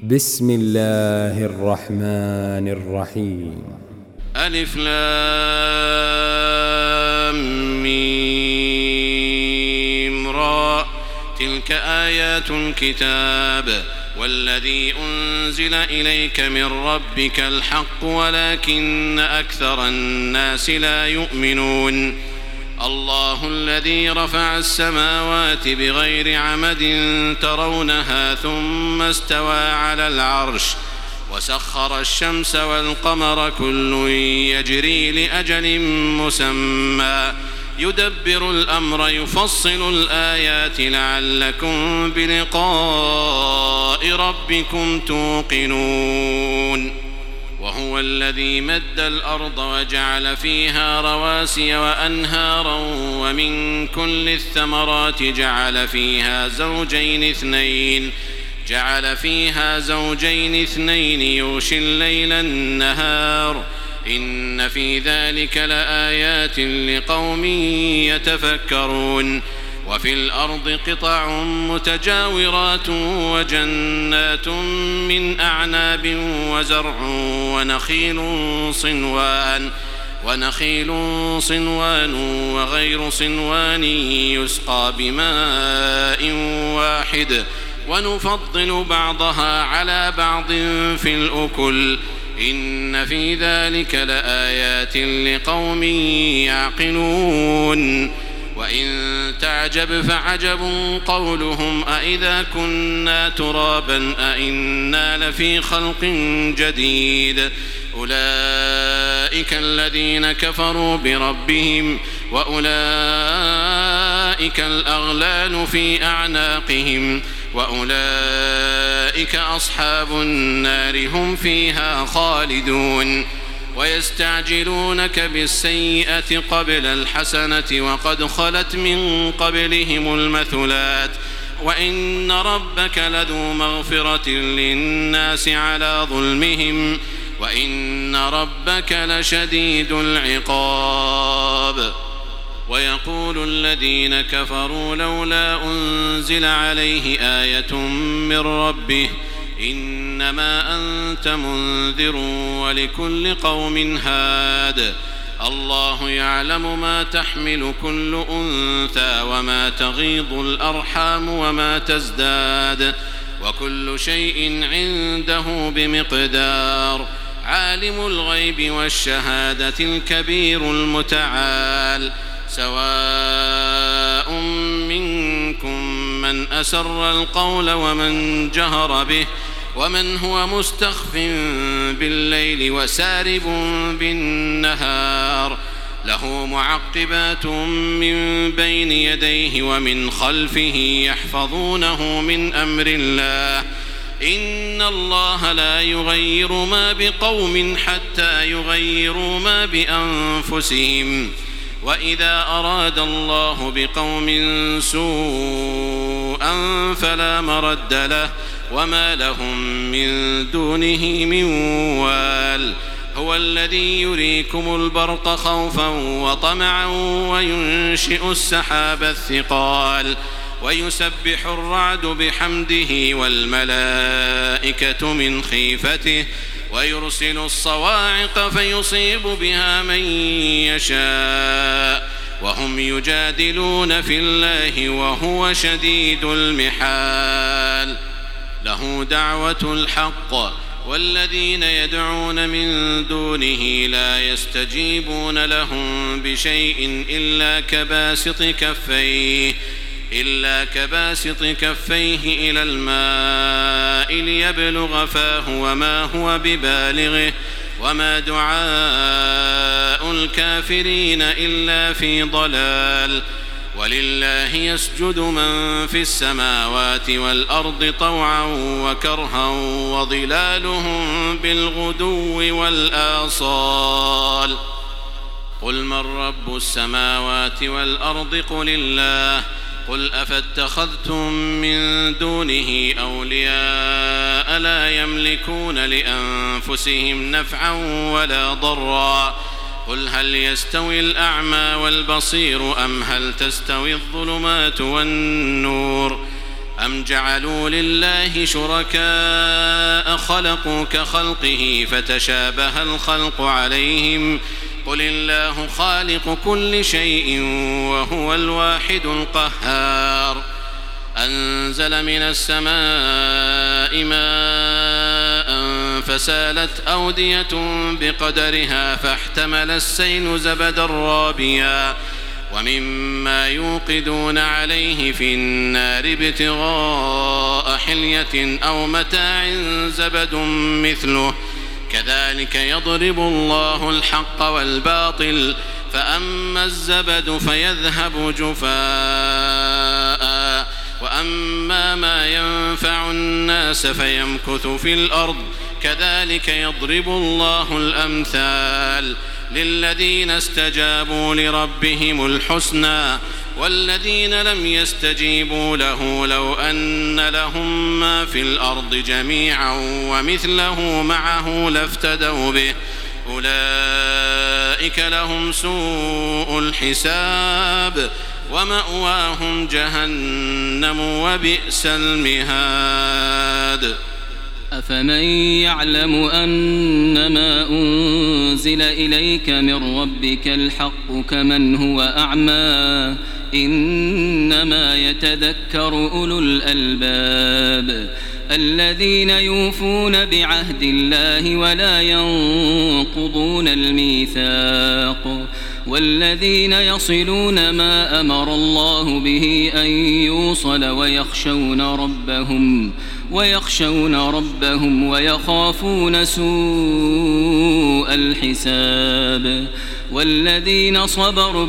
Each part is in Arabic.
بسم الله الرحمن الرحيم. ألف لام ميم را. تلك آيات الكتاب والذي أنزل إليك من ربك الحق ولكن أكثر الناس لا يؤمنون. الله الذي رفع السماوات بغير عمد ترونها ثم استوى على العرش وسخر الشمس والقمر كل يجري لأجل مسمى يدبر الأمر يفصل الآيات لعلكم بلقاء ربكم توقنون. وهو الذي مد الأرض وجعل فيها رواسي وأنهارا ومن كل الثمرات جعل فيها زوجين اثنين يغشي الليل النهار إن في ذلك لآيات لقوم يتفكرون. وفي الأرض قطع متجاورات وجنات من أعناب وزرع ونخيل صنوان وغير صنوان يسقى بماء واحد ونفضل بعضها على بعض في الأكل إن في ذلك لآيات لقوم يعقلون. وإن تعجب فعجب قولهم أإذا كنا ترابا أإنا لفي خلق جديد أولئك الذين كفروا بربهم وأولئك الأغلال في أعناقهم وأولئك أصحاب النار هم فيها خالدون. ويستعجلونك بالسيئة قبل الحسنة وقد خلت من قبلهم المثلات وإن ربك لذو مغفرة للناس على ظلمهم وإن ربك لشديد العقاب. ويقول الذين كفروا لولا أنزل عليه آية من ربه إنما أنت منذر ولكل قوم هاد الله يعلم ما تحمل كل أنثى وما تغيض الأرحام وما تزداد وكل شيء عنده بمقدار. عالم الغيب والشهادة الكبير المتعال سواء منكم من أسر القول ومن جهر به ومن هو مستخف بالليل وسارب بالنهار له معقبات من بين يديه ومن خلفه يحفظونه من أمر الله إن الله لا يغير ما بقوم حتى يغيروا ما بأنفسهم وإذا أراد الله بقوم سوءا فلا مرد له وما لهم من دونه من وال. هو الذي يريكم البرق خوفا وطمعا وينشئ السحاب الثقال ويسبح الرعد بحمده والملائكة من خيفته ويرسل الصواعق فيصيب بها من يشاء وهم يجادلون في الله وهو شديد المحال. له دعوة الحق والذين يدعون من دونه لا يستجيبون لهم بشيء إلا كباسط كفيه إلى الماء ليبلغ فاه وما هو ببالغه وما دعاء الكافرين إلا في ضلال. ولله يسجد من في السماوات والأرض طوعا وكرها وظلالهم بالغدو والآصال. قل من رب السماوات والأرض قل الله قل أفاتخذتم من دونه أولياء لا يملكون لأنفسهم نفعا ولا ضرا قل هل يستوي الأعمى والبصير أم هل تستوي الظلمات والنور أم جعلوا لله شركاء خلقوا كخلقه فتشابه الخلق عليهم قل الله خالق كل شيء وهو الواحد القهار أنزل من السماء ماء فسالت أودية بقدرها فاحتمل السيل زبدا رابيا ومما يوقدون عليه في النار ابتغاء حلية أو متاع زبد مثله كذلك يضرب الله الحق والباطل فأما الزبد فيذهب جفاء وأما ما ينفع الناس فيمكث في الأرض كذلك يضرب الله الأمثال للذين استجابوا لربهم الحسنى والذين لم يستجيبوا له لو أن لهم ما في الأرض جميعا ومثله معه لافتدوا به أولئك لهم سوء الحساب ومأواهم جهنم وبئس المهاد أفمن يعلم أنما أنزل إليك من ربك الحق كمن هو أعمى إنما يتذكر أولو الألباب الذين يوفون بعهد الله ولا ينقضون الميثاق والذين يصلون ما أمر الله به أن يوصل ويخشون ربهم ويخافون سوء الحساب والذين صبروا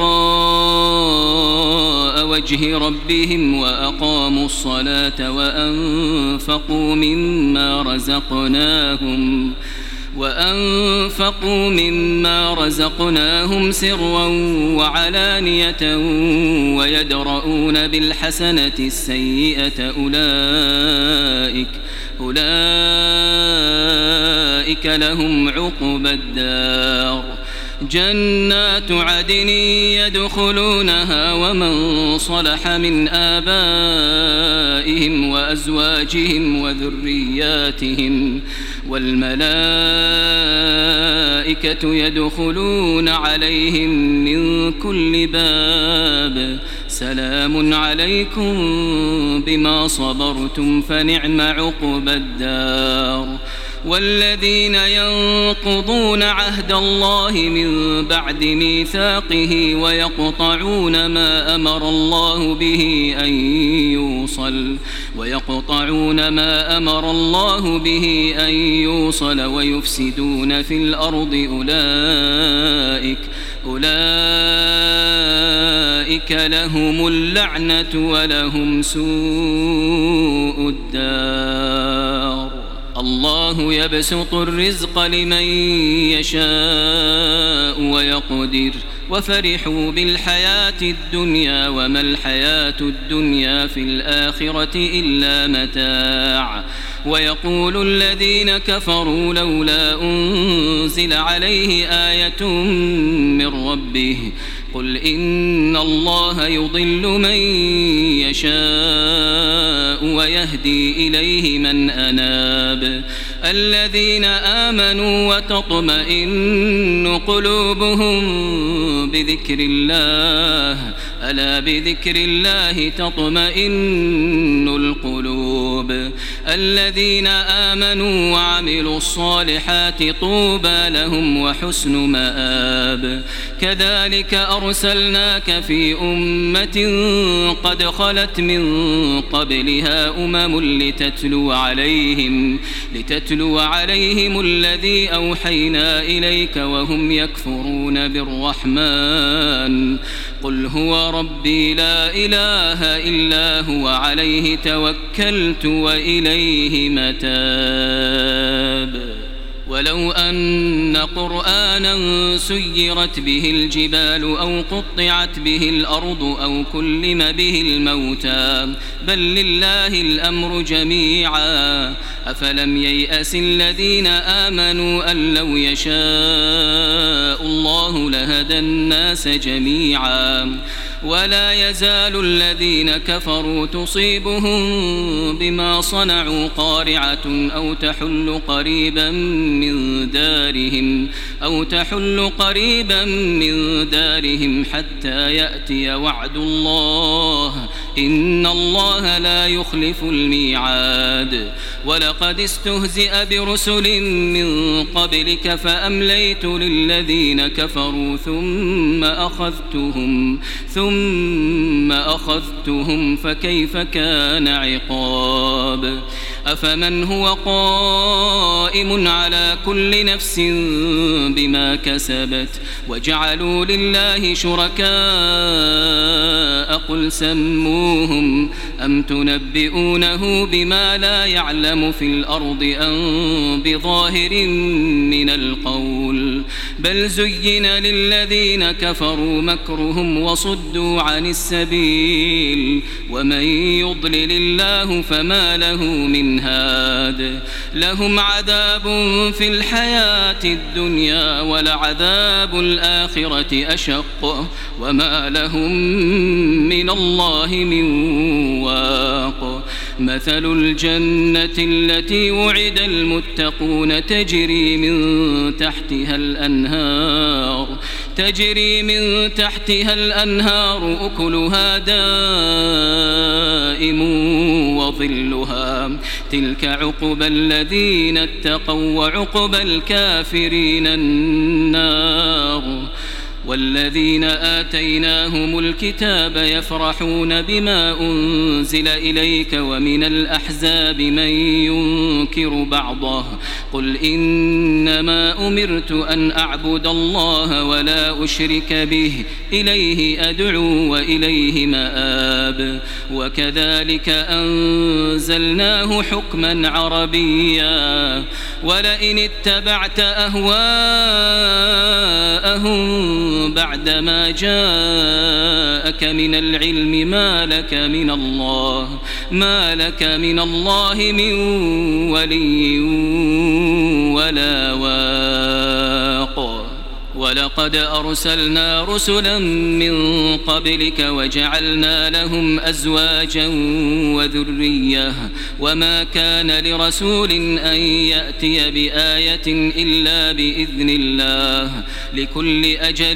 ابتغاء وجه ربهم وأقاموا الصلاة وأنفقوا مما رزقناهم سرا وعلانية ويدرؤون بالحسنة السيئة أولئك لهم عقبى الدار جنات عدن يدخلونها ومن صلح من آبائهم وأزواجهم وذرياتهم والملائكة يدخلون عليهم من كل باب سلام عليكم بما صبرتم فنعم عقبى الدار والذين ينقضون عهد الله من بعد ميثاقه ويقطعون ما أمر الله به أن يوصل ويفسدون في الأرض أولئك لهم اللعنة ولهم سوء الدار الله يبسط الرزق لمن يشاء ويقدر وفرحوا بالحياة الدنيا وما الحياة الدنيا في الآخرة إلا متاع ويقول الذين كفروا لولا أنزل عليه آية من ربه قل إن الله يضل من يشاء ويهدي إليه من أناب الذين آمنوا وتطمئن قلوبهم بذكر الله ألا بذكر الله تطمئن القلوب الذين آمنوا وعملوا الصالحات طوبى لهم وحسن مآب كذلك أرسلناك في أمة قد خلت من قبلها أمم لتتلو عليهم الذي أوحينا إليك وهم يكفرون بالرحمن قل هو ربي لا إله إلا هو عليه توكلت وإليه متاب ولو أن قرآنا سيرت به الجبال أو قطعت به الأرض أو كلم به الموتى بل لله الأمر جميعا أفلم ييأس الذين آمنوا أن لو يشاء الله لهدى الناس جميعا ولا يزال الذين كفروا تصيبهم بما صنعوا قارعة أو تحل قريبا من دارهم حتى يأتي وعد الله إن الله لا يخلف الميعاد. ولقد استهزئ برسل من قبلك فأمليت للذين كفروا ثم أخذتهم فكيف كان عقاب. أفمن هو قائم على كل نفس بما كسبت وجعلوا لله شركاء قل سموهم أم تنبئونه بما لا يعلم في الأرض أم بظاهر من القول بل زين للذين كفروا مكرهم وصدوا عن السبيل ومن يضلل الله فما له من هاد. لهم عذاب في الحياة الدنيا ولعذاب الآخرة أشق وما لهم من الله من واق. مثل الجنة التي وعد المتقون تجري من تحتها الأنهار أكلها دائم وظلها تلك عقبى الذين اتقوا وعقبى الكافرين النار. والذين آتيناهم الكتاب يفرحون بما أنزل إليك ومن الأحزاب من ينكر بعضه قل إنما أمرت أن أعبد الله ولا أشرك به إليه أدعو وإليه مآب. وكذلك أنزلناه حكما عربيا ولئن اتبعت أهواءهم بعدما جاءك من العلم ما لك من الله من ولي ولا واق. ولقد أرسلنا رسلا من قبلك وجعلنا لهم أزواجا وذرية وما كان لرسول أن يأتي بآية إلا بإذن الله لكل أجل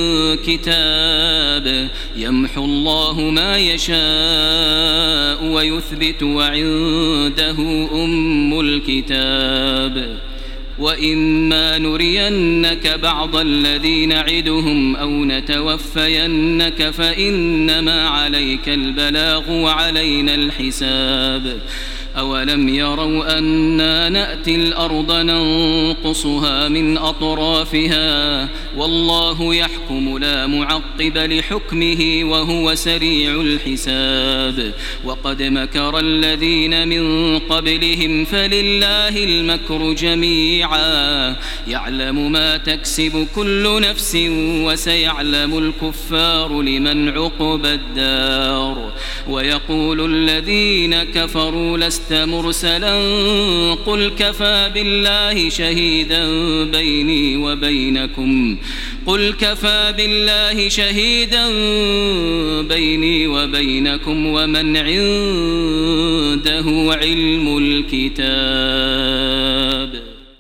كتاب يمحو الله ما يشاء ويثبت وعنده أم الكتاب. وإما نرينك بعض الذي نعدهم أو نتوفينك فإنما عليك البلاغ وعلينا الحساب. أولم يروا أنا نأتي الأرض ننقصها من أطرافها والله يحكم لا معقب لحكمه وهو سريع الحساب. وقد مكر الذين من قبلهم فلله المكر جميعا يعلم ما تكسب كل نفس وسيعلم الكفار لمن عقبى الدار. ويقول الذين كفروا لست مرسلا قل كفى بالله شهيدا بيني وبينكم ومن عنده علم الكتاب.